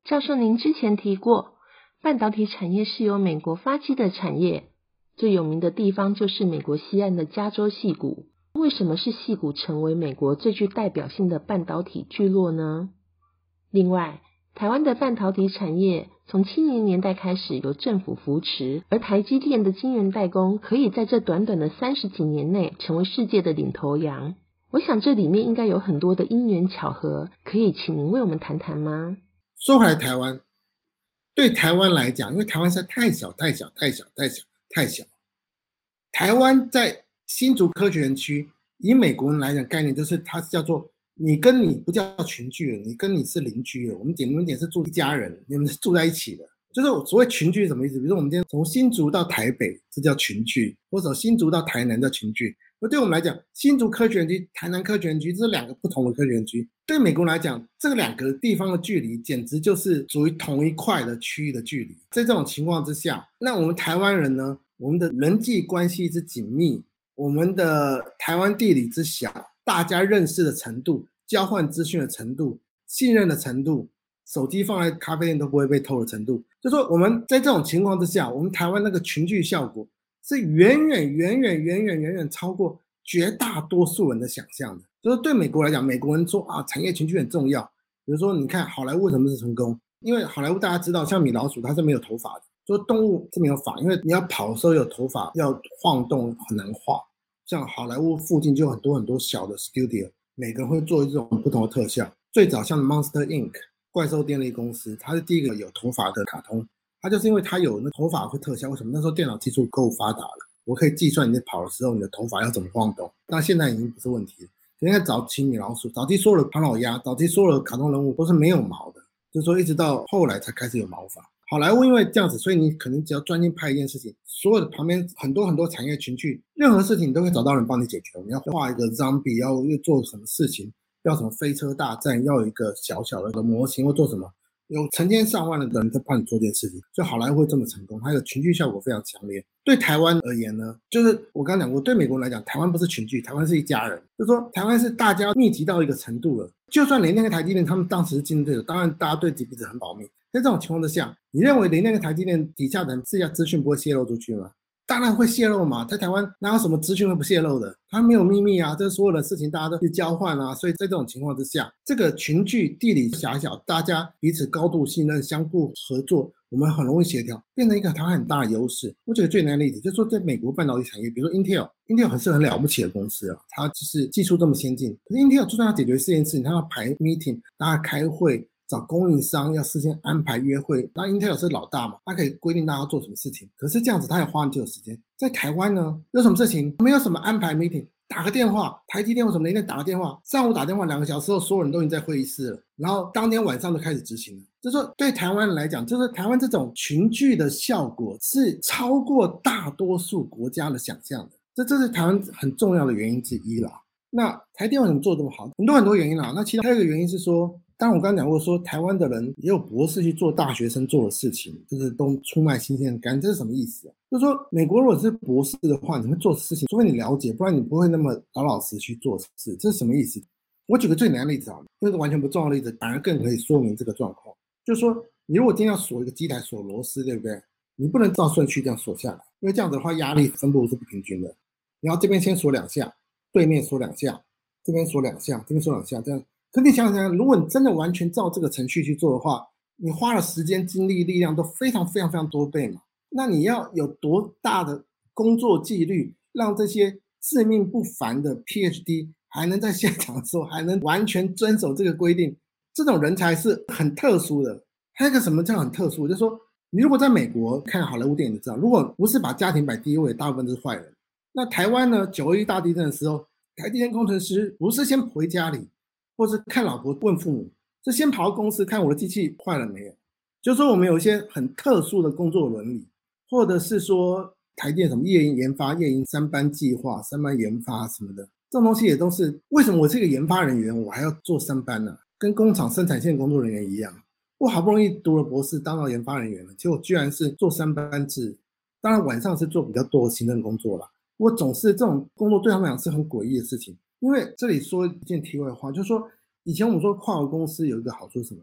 教授，您之前提过，半导体产业是由美国发迹的产业，最有名的地方就是美国西岸的加州矽谷。为什么是矽谷成为美国最具代表性的半导体聚落呢？另外，台湾的半导体产业从70年代开始由政府扶持，而台积电的晶圆代工可以在这短短的30几年内成为世界的领头羊。我想这里面应该有很多的因缘巧合，可以请您为我们谈谈吗？ 说回来，台湾对台湾来讲，因为台湾实在太小。台湾在新竹科学园区，以美国人来讲概念就是它是叫做你跟你不叫群聚了，你跟你是邻居了。我们点是住一家人，你们是住在一起的。就是所谓群聚是什么意思？比如说我们今天从新竹到台北，这叫群聚；或者新竹到台南叫群聚。而对我们来讲，新竹科学园区、台南科学园区，这是两个不同的科学园区。对美国人来讲，这两个地方的距离简直就是属于同一块的区域的距离。在这种情况之下，那我们台湾人呢，我们的人际关系之紧密，我们的台湾地理之小，大家认识的程度，交换资讯的程度，信任的程度，手机放在咖啡店都不会被偷的程度，就说我们在这种情况之下，我们台湾那个群聚效果是远远超过绝大多数人的想象的。就是对美国来讲，美国人说啊，产业群聚很重要。比如说你看好莱坞为什么是成功，因为好莱坞大家知道，像米老鼠它是没有头发的，说动物是没有发，因为你要跑的时候有头发，要晃动很难画。像好莱坞附近就有很多小的 studio， 每个人会做这种不同的特效。最早像 Monster Inc 怪兽电力公司，它是第一个有头发的卡通，它就是因为它有那头发会特效。为什么？那时候电脑技术够发达了，我可以计算你在跑的时候你的头发要怎么晃动。那现在已经不是问题了。现在早期米老鼠，早期所有的唐老鸭，早期所有的卡通人物都是没有毛的，就是说一直到后来才开始有毛发。好莱坞因为这样子，所以你可能只要专心拍一件事情，所有的旁边很多产业群聚，任何事情你都会找到人帮你解决。你要画一个 zombie， 要做什么事情，要什么飞车大战，要有一个小的模型，或做什么，有成千上万的人在帮你做这件事情，所以好莱坞会这么成功，它的群聚效果非常强烈。对台湾而言呢，就是我刚刚讲过，对美国人来讲，台湾不是群聚，台湾是一家人，就是说台湾是大家密集到一个程度了，就算连那个台积电他们当时是竞争对手，当然大家对彼此很保密。在这种情况之下，你认为连那个台积电底下的人私下资讯不会泄露出去吗？当然会泄露嘛，在台湾哪有什么资讯会不泄露的？它没有秘密啊，这所有的事情大家都去交换啊，所以在这种情况之下，这个群聚地理狭小，大家彼此高度信任，相互合作，我们很容易协调，变成一个台湾很大的优势。我举个最难的例子，就是说在美国半导体产业，比如说 Intel 是很了不起的公司啊，它就是技术这么先进，可是 Intel 就算要解决这件事情，它要排 meeting， 大家开会，找供应商，要事先安排约会。那 Intel 是老大嘛，他可以规定大家做什么事情，可是这样子他也花很久的时间。在台湾呢，有什么事情没有什么安排 meeting， 打个电话，台积电或什么那天打个电话，上午打电话2个小时后，所有人都已经在会议室了，然后当天晚上就开始执行了。就是说对台湾人来讲，就是台湾这种群聚的效果是超过大多数国家的想象的，这是台湾很重要的原因之一啦。那台电为什么做这么好？很多原因啦。那其他还有一个原因是说，当然我刚刚讲过说台湾的人也有博士去做大学生做的事情，就是都出卖新鲜感，这是什么意思啊？就是说美国如果是博士的话，你会做事情除非你了解，不然你不会那么老实去做事，这是什么意思？我举个最难的例子啊，这个完全不重要的例子反而更可以说明这个状况。就是说你如果今天要锁一个机台，锁螺丝，对不对？你不能照顺序这样锁下来，因为这样子的话压力分布是不平均的。然后这边先锁2下，对面锁2下，这边锁2下，这边锁2下，这样。可你想想，如果你真的完全照这个程序去做的话，你花了时间、精力、力量都非常多倍嘛。那你要有多大的工作纪律，让这些自命不凡的 PhD 还能在现场的时候还能完全遵守这个规定？这种人才是很特殊的。还有一个什么叫很特殊，就是说你如果在美国看好莱坞电影，你知道，如果不是把家庭摆第一位，大部分都是坏人。那台湾呢，921大地震的时候，台积电工程师不是先回家里，或是看老婆问父母，是先跑到公司看我的机器坏了没有。就是说我们有一些很特殊的工作伦理，或者是说台电什么夜营研发、夜营3班计划、3班研发什么的，这种东西也都是为什么我是一个研发人员，我还要做3班呢？跟工厂生产线工作人员一样，我好不容易读了博士当到研发人员了，结果居然是做3班制。当然晚上是做比较多的行政工作啦，不过总是这种工作对他们来讲是很诡异的事情。因为这里说一件题外话，就是说以前我们说跨国公司有一个好处是什么？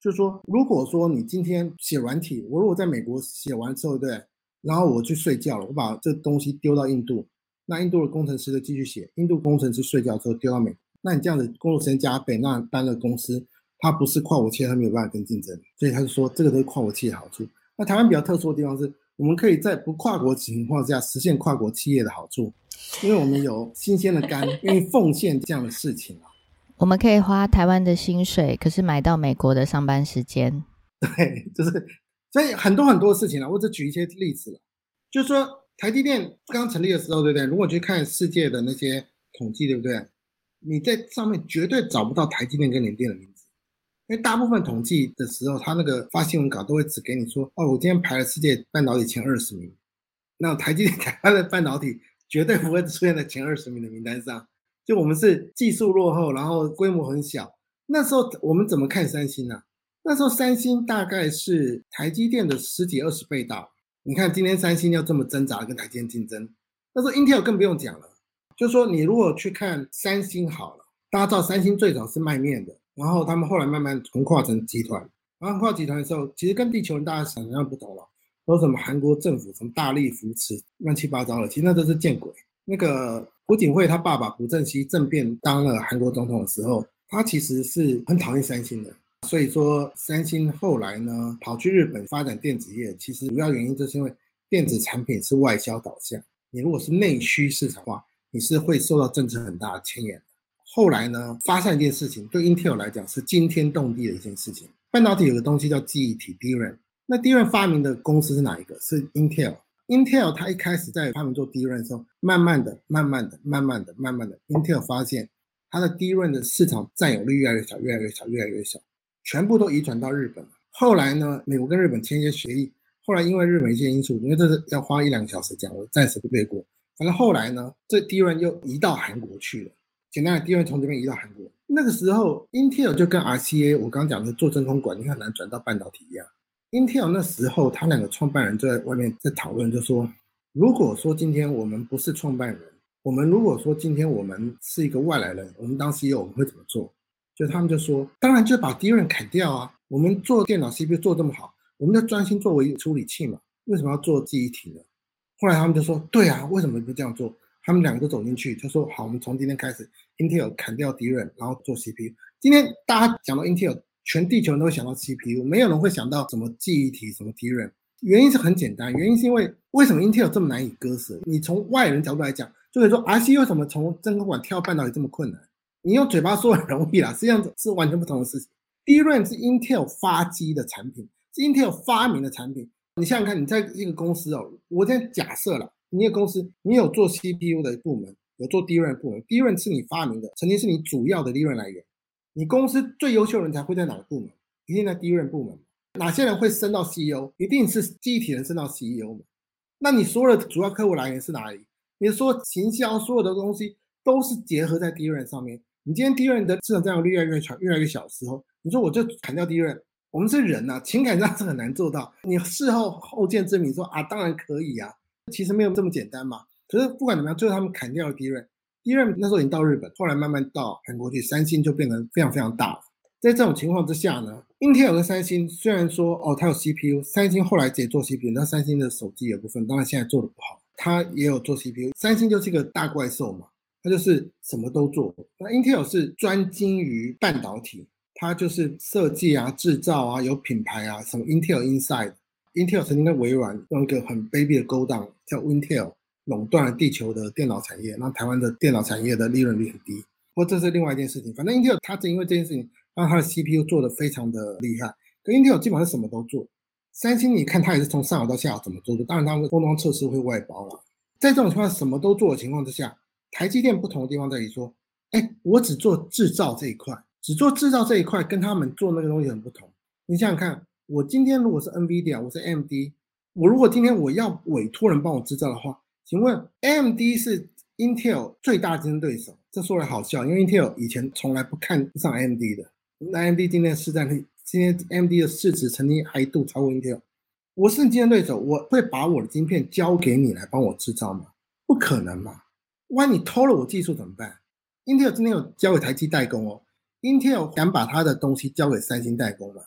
就是说如果说你今天写软体，我如果在美国写完之后，对不对，然后我去睡觉了，我把这东西丢到印度，那印度的工程师就继续写，印度工程师睡觉之后丢到美国，那你这样子工作时间加倍，那单的公司它不是跨国企业，它没有办法跟竞争，所以他就说这个都是跨国企业的好处。那台湾比较特殊的地方是，我们可以在不跨国情况下实现跨国企业的好处，因为我们有新鲜的肝，愿意奉献这样的事情啊。 我们可以花台湾的薪水，可是买到美国的上班时间。 对，就是所以很多很多事情啊，我只举一些例子了，就是说台积电刚成立的时候，对不对？如果去看世界的那些统计，对不对？你在上面绝对找不到台积电跟联电的名字，因为大部分统计的时候，他那个发新闻稿都会只给你说，哦，我今天排了世界半导体前20名，那台积电台湾的半导体绝对不会出现在前20名的名单上。就我们是技术落后，然后规模很小。那时候我们怎么看三星啊？那时候三星大概是台积电的10几20倍大。你看今天三星要这么挣扎跟台积电竞争，那时候 Intel 更不用讲了。就是说你如果去看三星好了，大家知道三星最早是卖面的，然后他们后来慢慢横跨成集团，然后横跨集团的时候，其实跟地球人大家想象不同了，说什么韩国政府什么大力扶持乱七八糟的，其实那都是见鬼。那个朴槿惠他爸爸朴正熙政变当了韩国总统的时候，他其实是很讨厌三星的，所以说三星后来呢跑去日本发展电子业，其实主要原因就是因为电子产品是外销导向，你如果是内需市场的话，你是会受到政策很大的牵延。后来呢发生一件事情，对 Intel 来讲是惊天动地的一件事情。半导体有个东西叫记忆体 DRAM， 那 DRAM 发明的公司是哪一个？是 Intel。Intel 它一开始在发明做 DRAM 的时候，慢慢的 Intel 发现它的 DRAM 的市场占有率越来越小，全部都移转到日本。后来呢，美国跟日本签一些协议，后来因为日本一些因素，因为这是要花1-2个小时讲，我暂时不略过。反正后来呢，这 DRAM 又移到韩国去了。简单的 DRAM 从这边移到韩国，那个时候 Intel 就跟 RCA 我刚刚讲的做真空管，你很难转到半导体一样。Intel 那时候他2个创办人就在外面在讨论，就说如果说今天我们不是创办人，如果说今天我们是一个外来人，我们当 CEO 我们会怎么做？就他们就说当然就把 DRAM 砍掉啊，我们做电脑 CPU 做这么好，我们就专心做微处理器嘛，为什么要做记忆体呢？后来他们就说对啊，为什么不这样做？他们2个都走进去就说好，我们从今天开始 Intel 砍掉 DRAM 然后做 CPU。 今天大家讲到 Intel，全地球人都会想到 CPU， 没有人会想到什么记忆体什么 DRAM。 原因是很简单，原因是因为为什么 Intel 这么难以割舍？你从外人角度来讲就可以说 RC 为什么从真空管跳半导体这么困难？你用嘴巴说很容易啦，实际上是完全不同的事情。 DRAM 是 Intel 发机的产品，是 Intel 发明的产品。你想想看，你在一个公司我现在假设了你的公司，你有做 CPU 的部门，有做 DRAM 部门， DRAM 是你发明的，曾经是你主要的利润来源。你公司最优秀的人才会在哪个部门？一定在 DRAM 部门。哪些人会升到 CEO？ 一定是记忆体人升到 CEO 嘛。那你所有的主要客户来源是哪里？你说行销所有的东西都是结合在 DRAM 上面。你今天 DRAM 的市场占有率越来越小的时候，你说我就砍掉 DRAM， 我们是人啊，情感上是很难做到。你事后见之明说啊，当然可以啊，其实没有这么简单嘛。可是不管怎么样，最后他们砍掉了 DRAM。DRAM 那时候已经到日本，后来慢慢到韩国去，三星就变得非常非常大了。在这种情况之下呢， Intel 跟三星虽然说它有 CPU， 三星后来也做 CPU， 那三星的手机的部分当然现在做的不好，它也有做 CPU。 三星就是一个大怪兽嘛，它就是什么都做。那 Intel 是专精于半导体，它就是设计啊、制造啊、有品牌啊，什么 Intel Inside。Intel 曾经跟微软用一个很卑鄙的勾当叫 Intel，垄断了地球的电脑产业，让台湾的电脑产业的利润率很低。不过这是另外一件事情。反正 Intel 它正因为这件事情让它的 CPU 做得非常的厉害，跟 Intel 基本上什么都做。三星你看它也是从上游到下游怎么做的，当然它们封装测试会外包了。在这种情况什么都做的情况之下，台积电不同的地方在于说，我只做制造这一块，跟他们做那个东西很不同。你想想看，我今天如果是 NVIDIA， 我是 AMD， 我如果今天我要委托人帮我制造的话，请问 AMD 是 Intel 最大竞争对手。这说来好笑，因为 Intel 以前从来不看上 AMD 的，那 AMD 今天的市占率，今天 AMD 的市值曾经还一度超过 Intel。 我是竞争对手，我会把我的晶片交给你来帮我制造吗？不可能嘛。万一你偷了我技术怎么办？ Intel 今天有交给台积代工Intel 敢把他的东西交给三星代工吗？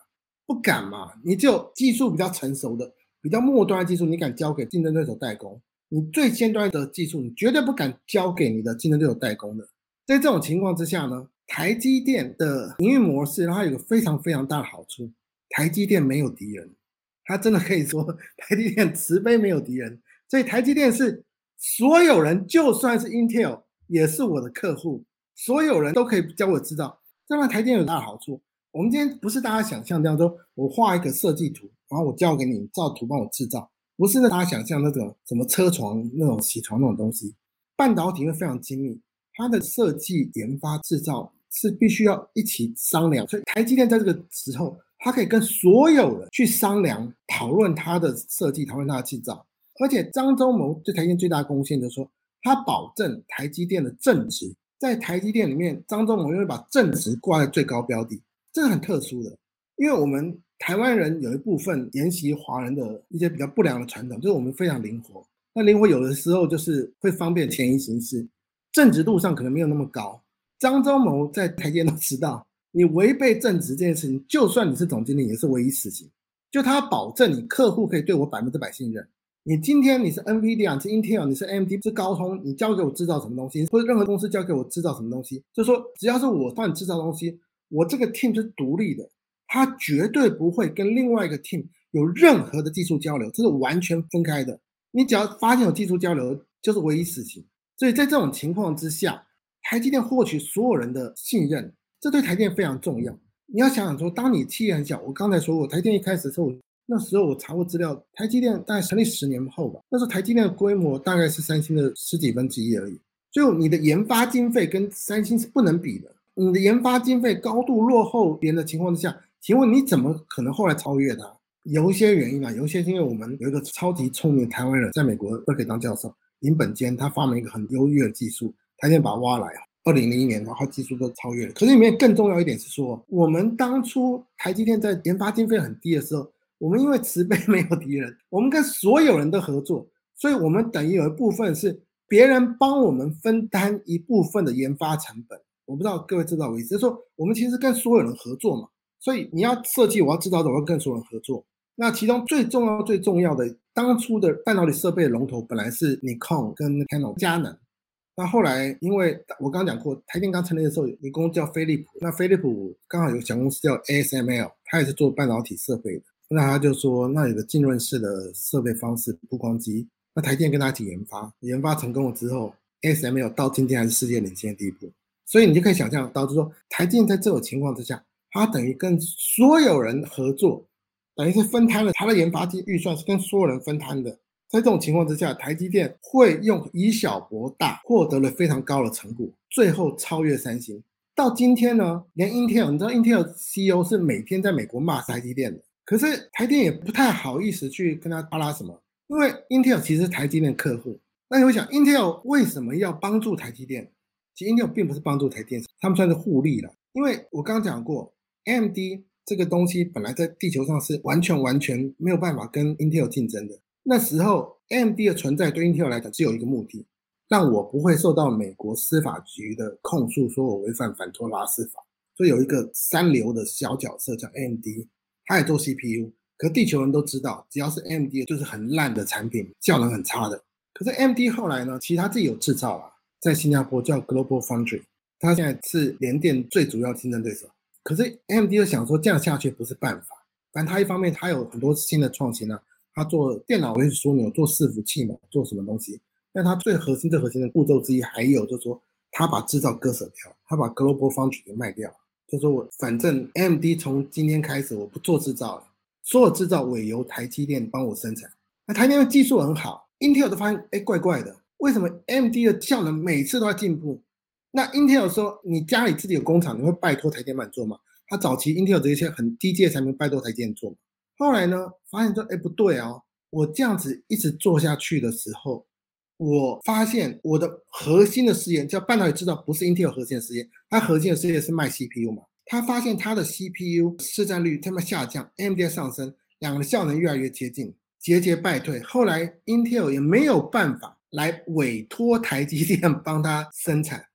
不敢嘛，你只有技术比较成熟的比较末端的技术你敢交给竞争对手代工，你最先端的技术你绝对不敢交给你的竞争对手代工的。在这种情况之下呢，台积电的营运模式让它有个非常非常大的好处，台积电没有敌人，它真的可以说台积电慈悲没有敌人，所以台积电是所有人，就算是 Intel 也是我的客户，所有人都可以教我制造，这让台积电有大的好处。我们今天不是大家想象这样说，我画一个设计图，然后我交给你照图帮我制造，不是大家想象那种什么车床那种铣床那种东西。半导体会非常精密，它的设计、研发、制造是必须要一起商量，所以台积电在这个时候，它可以跟所有人去商量、讨论它的设计、讨论它的制造。而且张忠谋对台积电最大的贡献就是说，他保证台积电的正值，在台积电里面，张忠谋会把正值挂在最高标的。这是很特殊的，因为我们台湾人有一部分沿袭华人的一些比较不良的传统，就是我们非常灵活。那灵活有的时候就是会方便潜移行事，正直度上可能没有那么高。张忠谋在台积电都知道，你违背正直这件事情，就算你是总经理也是唯一死刑。就他保证你客户可以对我100%信任。你今天你是 NVIDIA， 你是 Intel， 你是 AMD， 是高通，你交给我制造什么东西，或者任何公司交给我制造什么东西，就是说只要是我帮你制造东西，我这个 team 是独立的，他绝对不会跟另外一个 team 有任何的技术交流，这是完全分开的。你只要发现有技术交流，就是唯一死刑。所以在这种情况之下，台积电获取所有人的信任，这对台积电非常重要。你要想想说，当你企业很小，我刚才说过，台积电一开始的时候，那时候我查过资料，台积电大概成立10年后吧，那时候台积电的规模大概是三星的10几分之一而已，所以你的研发经费跟三星是不能比的。你的研发经费高度落后别人的情况之下，请问你怎么可能后来超越它？有一些原因啊，有一些是因为我们有一个超级聪明的台湾人在美国Berkeley当教授林本坚，他发明一个很优越的技术，台积电把它挖来2001年然后技术都超越了。可是里面更重要一点是说，我们当初台积电在研发经费很低的时候，我们因为慈悲没有敌人，我们跟所有人都合作，所以我们等于有一部分是别人帮我们分担一部分的研发成本。我不知道各位知道我意思，就是说我们其实跟所有人合作嘛，所以你要设计，我要制造的，我要跟所有人合作。那其中最重要的，当初的半导体设备的龙头本来是 Nikon 跟 Canon 佳能，那后来因为我刚刚讲过，台电刚成立的时候，有公司叫飞利浦，那飞利浦刚好有小公司叫 ASML， 它也是做半导体设备的。那他就说，那有个浸润式的设备方式，曝光机，那台电跟他一起研发成功了之后 ，ASML 到今天还是世界领先的地步。所以你就可以想象到，就是说台积电在这种情况之下，它等于跟所有人合作，等于是分摊了它的研发预算，是跟所有人分摊的。在这种情况之下，台积电会用以小博大，获得了非常高的成果，最后超越三星。到今天呢，连 Intel， 你知道 Intel CEO 是每天在美国骂台积电的，可是台电也不太好意思去跟他巴拉什么，因为 Intel 其实是台积电客户。那你会想 Intel 为什么要帮助台积电？其实 Intel 并不是帮助台电，他们算是互利了。因为我刚刚讲过 AMD 这个东西本来在地球上是完全没有办法跟 Intel 竞争的。那时候 AMD 的存在对 Intel 来讲只有一个目的，让我不会受到美国司法局的控诉，说我违反反托拉斯法。所以有一个三流的小角色叫 AMD， 他也做 CPU， 可地球人都知道，只要是 AMD 就是很烂的产品，效能很差的。可是 AMD 后来呢，其实他自己有制造啦，在新加坡叫 Global Foundry， 他现在是联电最主要竞争对手。可是 AMD 就想说这样下去不是办法，反正他一方面他有很多新的创新啊，他做电脑为枢纽，做伺服器嘛，做什么东西。但他最核心的步骤之一还有就是说，他把制造割舍掉，他把 Global Foundry 给卖掉，就说我反正 AMD 从今天开始我不做制造了，所有制造委由台积电帮我生产。那台积电的技术很好， Intel 都发现怪怪的，为什么 AMD 的效能每次都在进步？那 Intel 说你家里自己有工厂，你会拜托台积电帮你做吗？他早期 Intel 这些很低阶产品拜托台积电做，后来呢发现说不对哦，我这样子一直做下去的时候，我发现我的核心的事业叫半导体制造，不是 Intel 核心的事业，它核心的事业是卖 CPU 嘛。他发现他的 CPU 市占率他们下降， AMD 上升，两个的效能越来越接近，节节败退。后来 Intel 也没有办法来委托台积电帮他生产。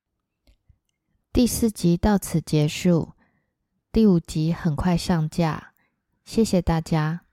第4集到此结束，第5集很快上架， 谢谢大家。